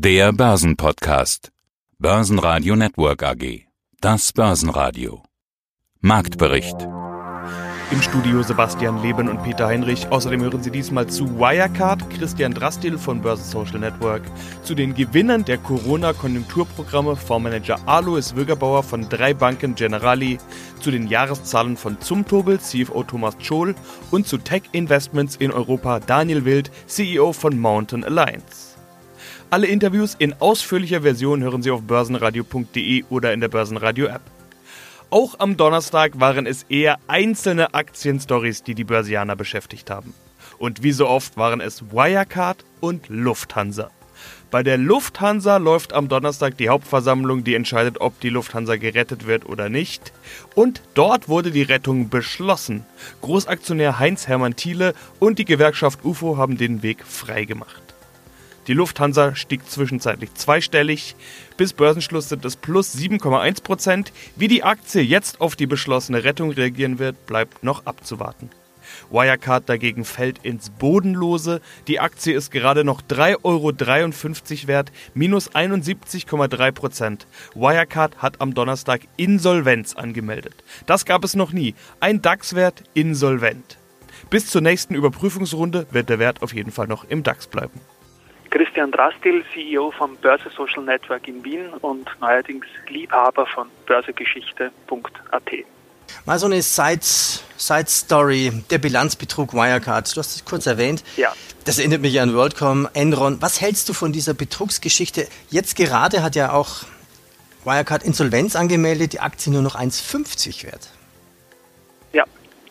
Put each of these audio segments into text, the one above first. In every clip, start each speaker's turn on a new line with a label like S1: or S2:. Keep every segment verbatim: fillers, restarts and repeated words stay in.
S1: Der Börsenpodcast. Börsenradio Network A G. Das Börsenradio. Marktbericht.
S2: Im Studio Sebastian Leben und Peter Heinrich. Außerdem hören Sie diesmal zu Wirecard, Christian Drastil von Börse Social Network, zu den Gewinnern der Corona-Konjunkturprogramme Fondsmanager Alois Wögerbauer von drei Banken Generali, zu den Jahreszahlen von Zumtobel, C F O Thomas Tschol und zu Tech-Investments in Europa Daniel Wild, C E O von Mountain Alliance. Alle Interviews in ausführlicher Version hören Sie auf börsenradio punkt de oder in der Börsenradio-App. Auch am Donnerstag waren es eher einzelne Aktienstories, die die Börsianer beschäftigt haben. Und wie so oft waren es Wirecard und Lufthansa. Bei der Lufthansa läuft am Donnerstag die Hauptversammlung, die entscheidet, ob die Lufthansa gerettet wird oder nicht. Und dort wurde die Rettung beschlossen. Großaktionär Heinz-Hermann Thiele und die Gewerkschaft U F O haben den Weg freigemacht. Die Lufthansa stieg zwischenzeitlich zweistellig. Bis Börsenschluss sind es plus sieben Komma eins Prozent. Wie die Aktie jetzt auf die beschlossene Rettung reagieren wird, bleibt noch abzuwarten. Wirecard dagegen fällt ins Bodenlose. Die Aktie ist gerade noch drei Euro dreiundfünfzig wert, minus einundsiebzig Komma drei Prozent. Wirecard hat am Donnerstag Insolvenz angemeldet. Das gab es noch nie. Ein DAX-Wert insolvent. Bis zur nächsten Überprüfungsrunde wird der Wert auf jeden Fall noch im DAX bleiben.
S3: Christian Drastil, C E O von Börse Social Network in Wien und neuerdings Liebhaber von börsegeschichte punkt a t.
S4: Mal so eine Side-Story, der Bilanzbetrug Wirecard. Du hast es kurz erwähnt.
S3: Ja.
S4: Das erinnert mich an WorldCom, Enron. Was hältst du von dieser Betrugsgeschichte? Jetzt gerade hat ja auch Wirecard Insolvenz angemeldet, die Aktie nur noch eins Komma fünfzig wert.
S3: Ja.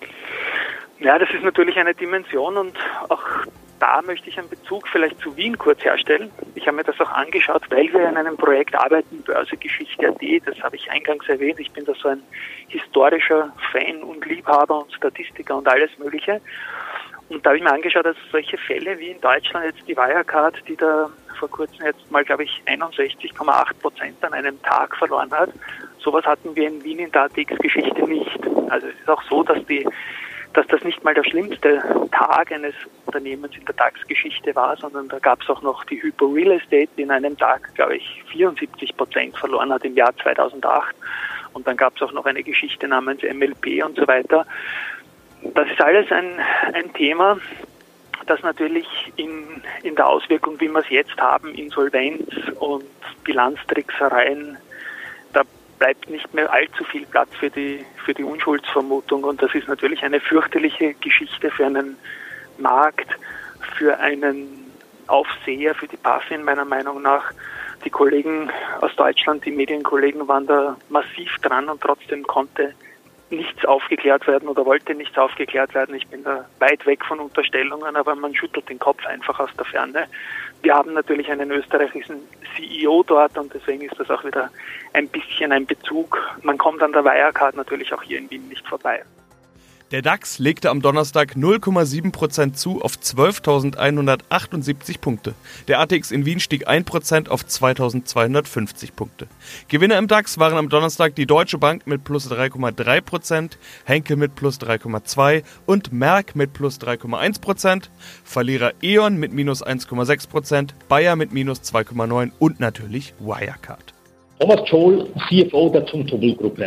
S3: Ja, das ist natürlich eine Dimension und auch da möchte ich einen Bezug vielleicht zu Wien kurz herstellen. Ich habe mir das auch angeschaut, weil wir in einem Projekt arbeiten, börsegeschichte punkt a t, das habe ich eingangs erwähnt. Ich bin da so ein historischer Fan und Liebhaber und Statistiker und alles Mögliche. Und da habe ich mir angeschaut, dass solche Fälle wie in Deutschland jetzt die Wirecard, die da vor kurzem jetzt mal, glaube ich, einundsechzig Komma acht Prozent an einem Tag verloren hat, sowas hatten wir in Wien in der A T X-Geschichte nicht. Also es ist auch so, dass die dass das nicht mal der schlimmste Tag eines Unternehmens in der DAX-Geschichte war, sondern da gab es auch noch die Hypo Real Estate, die in einem Tag, glaube ich, vierundsiebzig Prozent verloren hat im Jahr zweitausendacht. Und dann gab es auch noch eine Geschichte namens M L P und so weiter. Das ist alles ein, ein Thema, das natürlich in, in der Auswirkung, wie wir es jetzt haben, Insolvenz und Bilanztricksereien, da bleibt nicht mehr allzu viel Platz für die, für die Unschuldsvermutung. Und das ist natürlich eine fürchterliche Geschichte für einen Markt, für einen Aufseher, für die BaFin meiner Meinung nach. Die Kollegen aus Deutschland, die Medienkollegen waren da massiv dran und trotzdem konnte nichts aufgeklärt werden oder wollte nichts aufgeklärt werden. Ich bin da weit weg von Unterstellungen, aber man schüttelt den Kopf einfach aus der Ferne. Wir haben natürlich einen österreichischen C E O dort und deswegen ist das auch wieder ein bisschen ein Bezug. Man kommt an der Wirecard natürlich auch hier in Wien nicht vorbei.
S2: Der DAX legte am Donnerstag null Komma sieben Prozent zu auf zwölftausendeinhundertachtundsiebzig Punkte. Der A T X in Wien stieg ein Prozent auf zweitausendzweihundertfünfzig Punkte. Gewinner im DAX waren am Donnerstag die Deutsche Bank mit plus drei Komma drei Prozent, Henkel mit plus drei Komma zwei und Merck mit plus drei Komma eins Prozent, Verlierer E.ON mit minus eins Komma sechs Prozent, Bayer mit minus zwei Komma neun und natürlich Wirecard.
S5: Thomas Tschol, C F O der Zumtobel-Gruppe.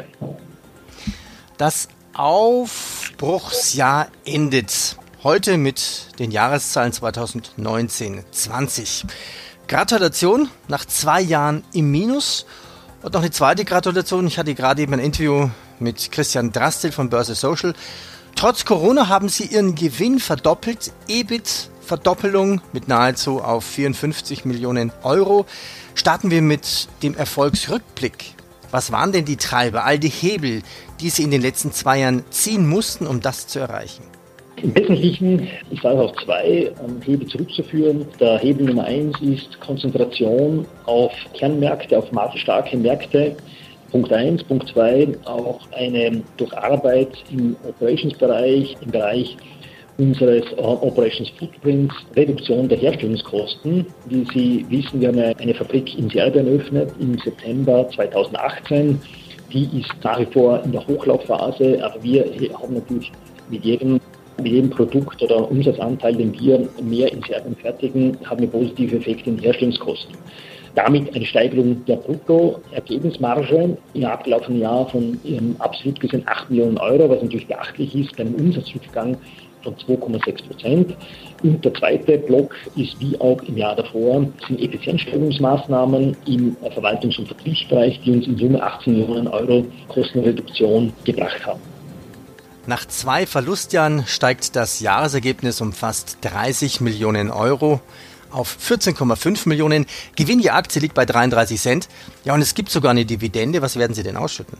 S4: Das Aufbruchsjahr endet heute mit den Jahreszahlen zweitausendneunzehn zwanzig. Gratulation nach zwei Jahren im Minus. Und noch eine zweite Gratulation. Ich hatte gerade eben ein Interview mit Christian Drastil von Börse Social. Trotz Corona haben sie ihren Gewinn verdoppelt. E B I T-Verdoppelung mit nahezu auf vierundfünfzig Millionen Euro. Starten wir mit dem Erfolgsrückblick. Was waren denn die Treiber, all die Hebel, die Sie in den letzten zwei Jahren ziehen mussten, um das zu erreichen?
S5: Im Wesentlichen ist also auf zwei Hebel zurückzuführen. Der Hebel Nummer eins ist Konzentration auf Kernmärkte, auf marktstarke Märkte. Punkt eins. Punkt zwei, auch eine durch Arbeit im Operations-Bereich, im Bereich unseres Operations Footprints, Reduktion der Herstellungskosten. Wie Sie wissen, wir haben eine Fabrik in Serbien eröffnet im September zweitausendachtzehn. Die ist nach wie vor in der Hochlaufphase, aber wir haben natürlich mit jedem, mit jedem Produkt oder Umsatzanteil, den wir mehr in Serbien fertigen, haben wir positive Effekte in Herstellungskosten. damit eine Steigerung der Bruttoergebnismarge im abgelaufenen Jahr von ähm, absolut gesehen acht Millionen Euro, was natürlich beachtlich ist, bei einem Umsatzrückgang von zwei Komma sechs Prozent. Und der zweite Block ist wie auch im Jahr davor, sind Effizienzsteigerungsmaßnahmen im Verwaltungs- und Vertriebsbereich, die uns in Summe achtzehn Millionen Euro Kostenreduktion gebracht haben.
S4: Nach zwei Verlustjahren steigt das Jahresergebnis um fast dreißig Millionen Euro auf vierzehn Komma fünf Millionen. Gewinn je Aktie liegt bei dreiunddreißig Cent. Ja, und es gibt sogar eine Dividende. Was werden Sie denn ausschütten?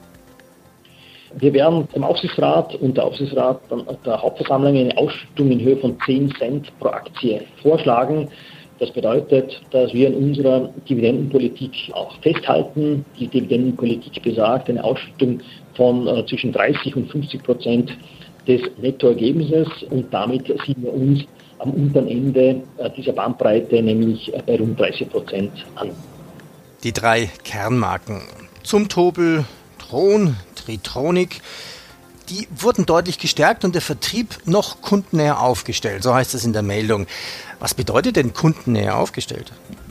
S5: Wir werden dem Aufsichtsrat und der Aufsichtsrat der Hauptversammlung eine Ausschüttung in Höhe von zehn Cent pro Aktie vorschlagen. Das bedeutet, dass wir in unserer Dividendenpolitik auch festhalten. Die Dividendenpolitik besagt eine Ausschüttung von äh, zwischen dreißig und fünfzig Prozent des Nettoergebnisses und damit sehen wir uns am unteren Ende äh, dieser Bandbreite, nämlich äh, bei rund dreißig Prozent an.
S4: Die drei Kernmarken Zumtobel, Tron, Tritronic, die wurden deutlich gestärkt und der Vertrieb noch kundennäher aufgestellt. So heißt es in der Meldung. Was bedeutet denn kundennäher aufgestellt?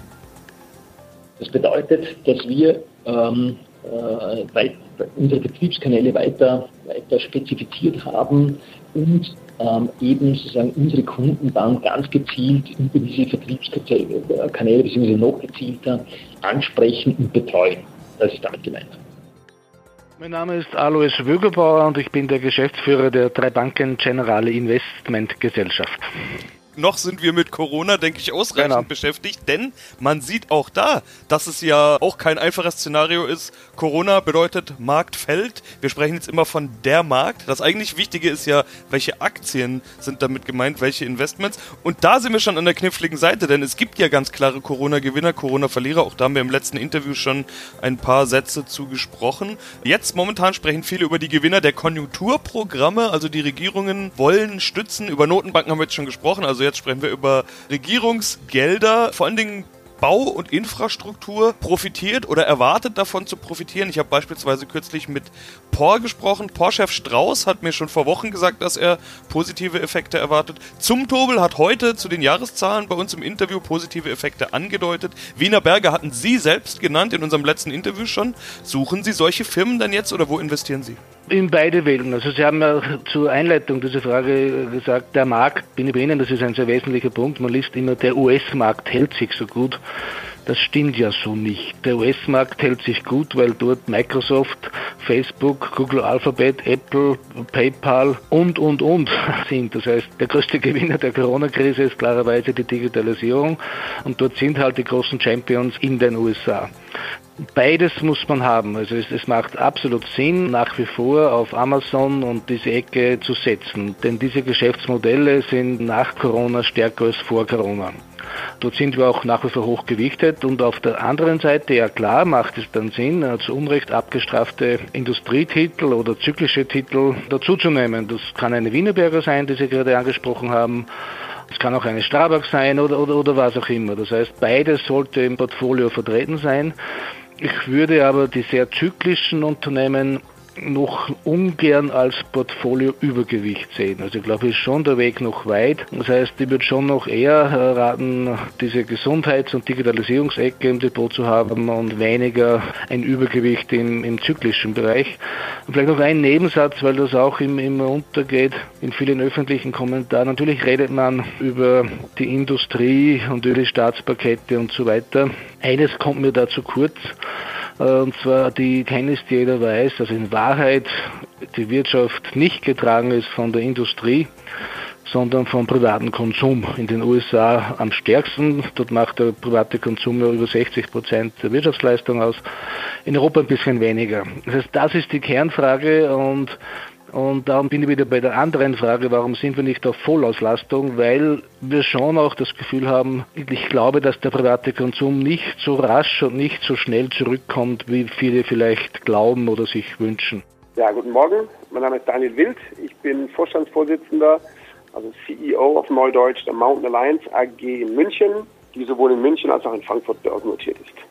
S5: Das bedeutet, dass wir ähm, äh, weit, unsere Betriebskanäle weiter, weiter spezifiziert haben und ähm, eben sozusagen unsere Kunden dann ganz gezielt über diese Vertriebskanäle bzw. noch gezielter ansprechen und betreuen. Das ist damit gemeint.
S6: Mein Name ist Alois Wögelbauer und ich bin der Geschäftsführer der drei Banken Generale Investment Gesellschaft.
S2: Noch sind wir mit Corona, denke ich, ausreichend
S6: genau.
S2: beschäftigt, denn man sieht auch da, dass es ja auch kein einfaches Szenario ist. Corona bedeutet, Markt fällt. Wir sprechen jetzt immer von der Markt. Das eigentlich Wichtige ist ja, welche Aktien sind damit gemeint, welche Investments. Und da sind wir schon an der kniffligen Seite, denn es gibt ja ganz klare Corona-Gewinner, Corona-Verlierer. Auch da haben wir im letzten Interview schon ein paar Sätze zu gesprochen. Jetzt momentan sprechen viele über die Gewinner der Konjunkturprogramme. Also die Regierungen wollen stützen. Über Notenbanken haben wir jetzt schon gesprochen. Also jetzt sprechen wir über Regierungsgelder, vor allen Dingen Bau und Infrastruktur profitiert oder erwartet davon zu profitieren. Ich habe beispielsweise kürzlich mit P O R gesprochen. P O R-Chef Strauß hat mir schon vor Wochen gesagt, dass er positive Effekte erwartet. Zumtobel hat heute zu den Jahreszahlen bei uns im Interview positive Effekte angedeutet. Wienerberger hatten Sie selbst genannt in unserem letzten Interview schon. Suchen Sie solche Firmen dann jetzt oder wo investieren Sie?
S6: In beide Welten. Also Sie haben ja zur Einleitung dieser Frage gesagt, der Markt, bin ich bei Ihnen, das ist ein sehr wesentlicher Punkt. Man liest immer, der U S-Markt hält sich so gut. Das stimmt ja so nicht. Der U S-Markt hält sich gut, weil dort Microsoft, Facebook, Google Alphabet, Apple, PayPal und, und, und sind. Das heißt, der größte Gewinner der Corona-Krise ist klarerweise die Digitalisierung und dort sind halt die großen Champions in den U S A. Beides muss man haben. Also es, es macht absolut Sinn, nach wie vor auf Amazon und diese Ecke zu setzen. Denn diese Geschäftsmodelle sind nach Corona stärker als vor Corona. Dort sind wir auch nach wie vor hoch gewichtet und auf der anderen Seite, ja klar, macht es dann Sinn, zu Unrecht abgestrafte Industrietitel oder zyklische Titel dazuzunehmen. Das kann eine Wienerberger sein, die Sie gerade angesprochen haben. Es kann auch eine Strabag sein oder, oder, oder was auch immer. Das heißt, beides sollte im Portfolio vertreten sein. Ich würde aber die sehr zyklischen Unternehmen noch ungern als Portfolio-Übergewicht sehen. Also ich glaube, ist schon der Weg noch weit. Das heißt, ich würde schon noch eher raten, diese Gesundheits- und Digitalisierungsecke im Depot zu haben und weniger ein Übergewicht im, im zyklischen Bereich. Und vielleicht noch ein Nebensatz, weil das auch im, immer untergeht in vielen öffentlichen Kommentaren. Natürlich redet man über die Industrie und über die Staatspakete und so weiter. Eines kommt mir da zu kurz. Und zwar die Kenntnis, die jeder weiß, dass in Wahrheit die Wirtschaft nicht getragen ist von der Industrie, sondern vom privaten Konsum. In den U S A am stärksten. Dort macht der private Konsum ja über sechzig Prozent der Wirtschaftsleistung aus. In Europa ein bisschen weniger. Das heißt, das ist die Kernfrage und Und darum bin ich wieder bei der anderen Frage, warum sind wir nicht auf Vollauslastung? Weil wir schon auch das Gefühl haben, ich glaube, dass der private Konsum nicht so rasch und nicht so schnell zurückkommt, wie viele vielleicht glauben oder sich wünschen.
S7: Ja, guten Morgen. Mein Name ist Daniel Wild. Ich bin Vorstandsvorsitzender, also C E O auf Neudeutsch der Mountain Alliance A G in München, die sowohl in München als auch in Frankfurt börsennotiert ist.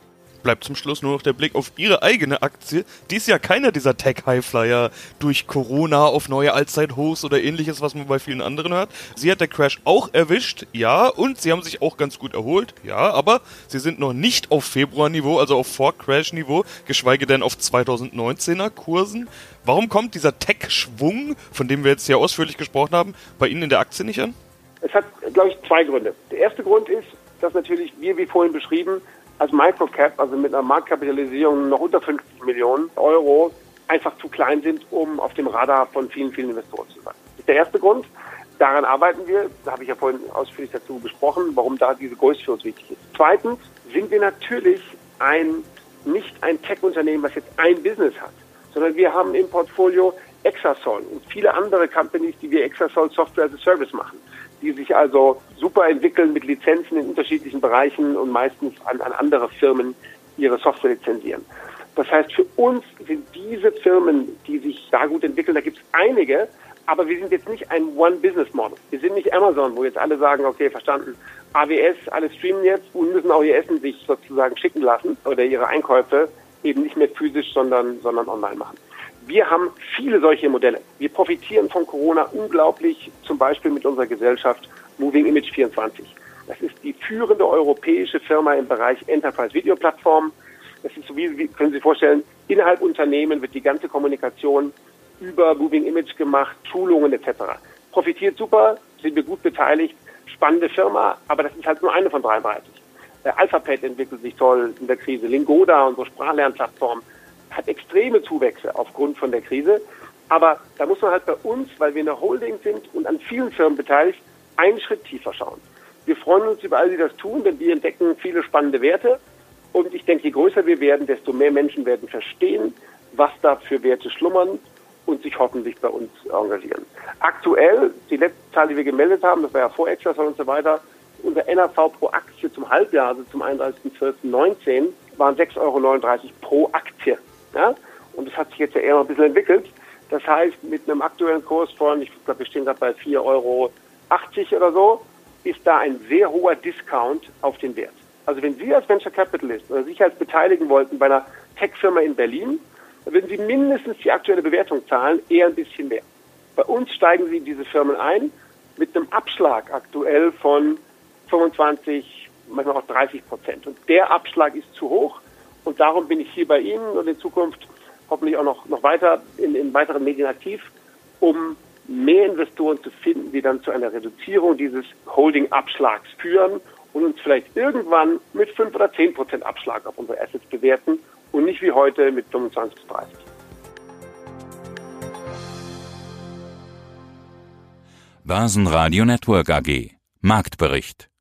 S2: bleibt zum Schluss nur noch der Blick auf Ihre eigene Aktie. Die ist ja keiner dieser Tech-Highflyer durch Corona auf neue Allzeithochs oder ähnliches, was man bei vielen anderen hört. Sie hat der Crash auch erwischt, ja, und sie haben sich auch ganz gut erholt, ja, aber sie sind noch nicht auf Februar-Niveau, also auf Vor-Crash-Niveau, geschweige denn auf zweitausendneunzehner Kursen. Warum kommt dieser Tech-Schwung, von dem wir jetzt hier ausführlich gesprochen haben, bei Ihnen in der Aktie nicht an?
S7: Es hat, glaube ich, zwei Gründe. Der erste Grund ist, dass natürlich wir, wie vorhin beschrieben, als Microcap, also mit einer Marktkapitalisierung noch unter fünfzig Millionen Euro, einfach zu klein sind, um auf dem Radar von vielen, vielen Investoren zu sein. Das ist der erste Grund. Daran arbeiten wir. Da habe ich ja vorhin ausführlich dazu gesprochen, warum da diese Größe für uns wichtig ist. Zweitens sind wir natürlich ein, nicht ein Tech-Unternehmen, was jetzt ein Business hat, sondern wir haben im Portfolio Exasol und viele andere Companies, die wir Exasol Software as a Service machen, die sich also super entwickeln mit Lizenzen in unterschiedlichen Bereichen und meistens an, an andere Firmen ihre Software lizenzieren. Das heißt, für uns sind diese Firmen, die sich da gut entwickeln, da gibt es einige, aber wir sind jetzt nicht ein One-Business-Model. Wir sind nicht Amazon, wo jetzt alle sagen, okay, verstanden, A W S, alle streamen jetzt und müssen auch ihr Essen sich sozusagen schicken lassen oder ihre Einkäufe eben nicht mehr physisch, sondern, sondern online machen. Wir haben viele solche Modelle. Wir profitieren von Corona unglaublich, zum Beispiel mit unserer Gesellschaft Moving Image vierundzwanzig. Das ist die führende europäische Firma im Bereich Enterprise Video Plattform. Das ist so wie, wie können Sie sich vorstellen, innerhalb Unternehmen wird die ganze Kommunikation über Moving Image gemacht, Schulungen et cetera. Profitiert super, sind wir gut beteiligt, spannende Firma, aber das ist halt nur eine von dreiunddreißig. Der Alphabet entwickelt sich toll in der Krise, Lingoda, unsere Sprachlernplattform, hat extreme Zuwächse aufgrund von der Krise. Aber da muss man halt bei uns, weil wir eine Holding sind und an vielen Firmen beteiligt, einen Schritt tiefer schauen. Wir freuen uns über all die das tun, denn wir entdecken viele spannende Werte. Und ich denke, je größer wir werden, desto mehr Menschen werden verstehen, was da für Werte schlummern und sich hoffentlich bei uns engagieren. Aktuell, die letzte Zahl, die wir gemeldet haben, das war ja vor Exasol und so weiter, unser N A V pro Aktie zum Halbjahr, also zum einunddreißigsten zwölften neunzehn, waren sechs Euro neununddreißig pro Aktie. Ja? Und das hat sich jetzt ja eher noch ein bisschen entwickelt. Das heißt, mit einem aktuellen Kurs von, ich glaube, wir stehen gerade bei vier Euro achtzig oder so, ist da ein sehr hoher Discount auf den Wert. Also wenn Sie als Venture Capitalist oder sich als beteiligen wollten bei einer Tech-Firma in Berlin, dann würden Sie mindestens die aktuelle Bewertung zahlen, eher ein bisschen mehr. Bei uns steigen Sie in diese Firmen ein mit einem Abschlag aktuell von fünfundzwanzig, manchmal auch dreißig Prozent. Und der Abschlag ist zu hoch. Und darum bin ich hier bei Ihnen und in Zukunft hoffentlich auch noch, noch weiter in, in weiteren Medien aktiv, um mehr Investoren zu finden, die dann zu einer Reduzierung dieses Holding-Abschlags führen und uns vielleicht irgendwann mit fünf oder zehn Prozent Abschlag auf unsere Assets bewerten und nicht wie heute mit fünfundzwanzig bis dreißig.
S1: Börsenradio Network A G. Marktbericht.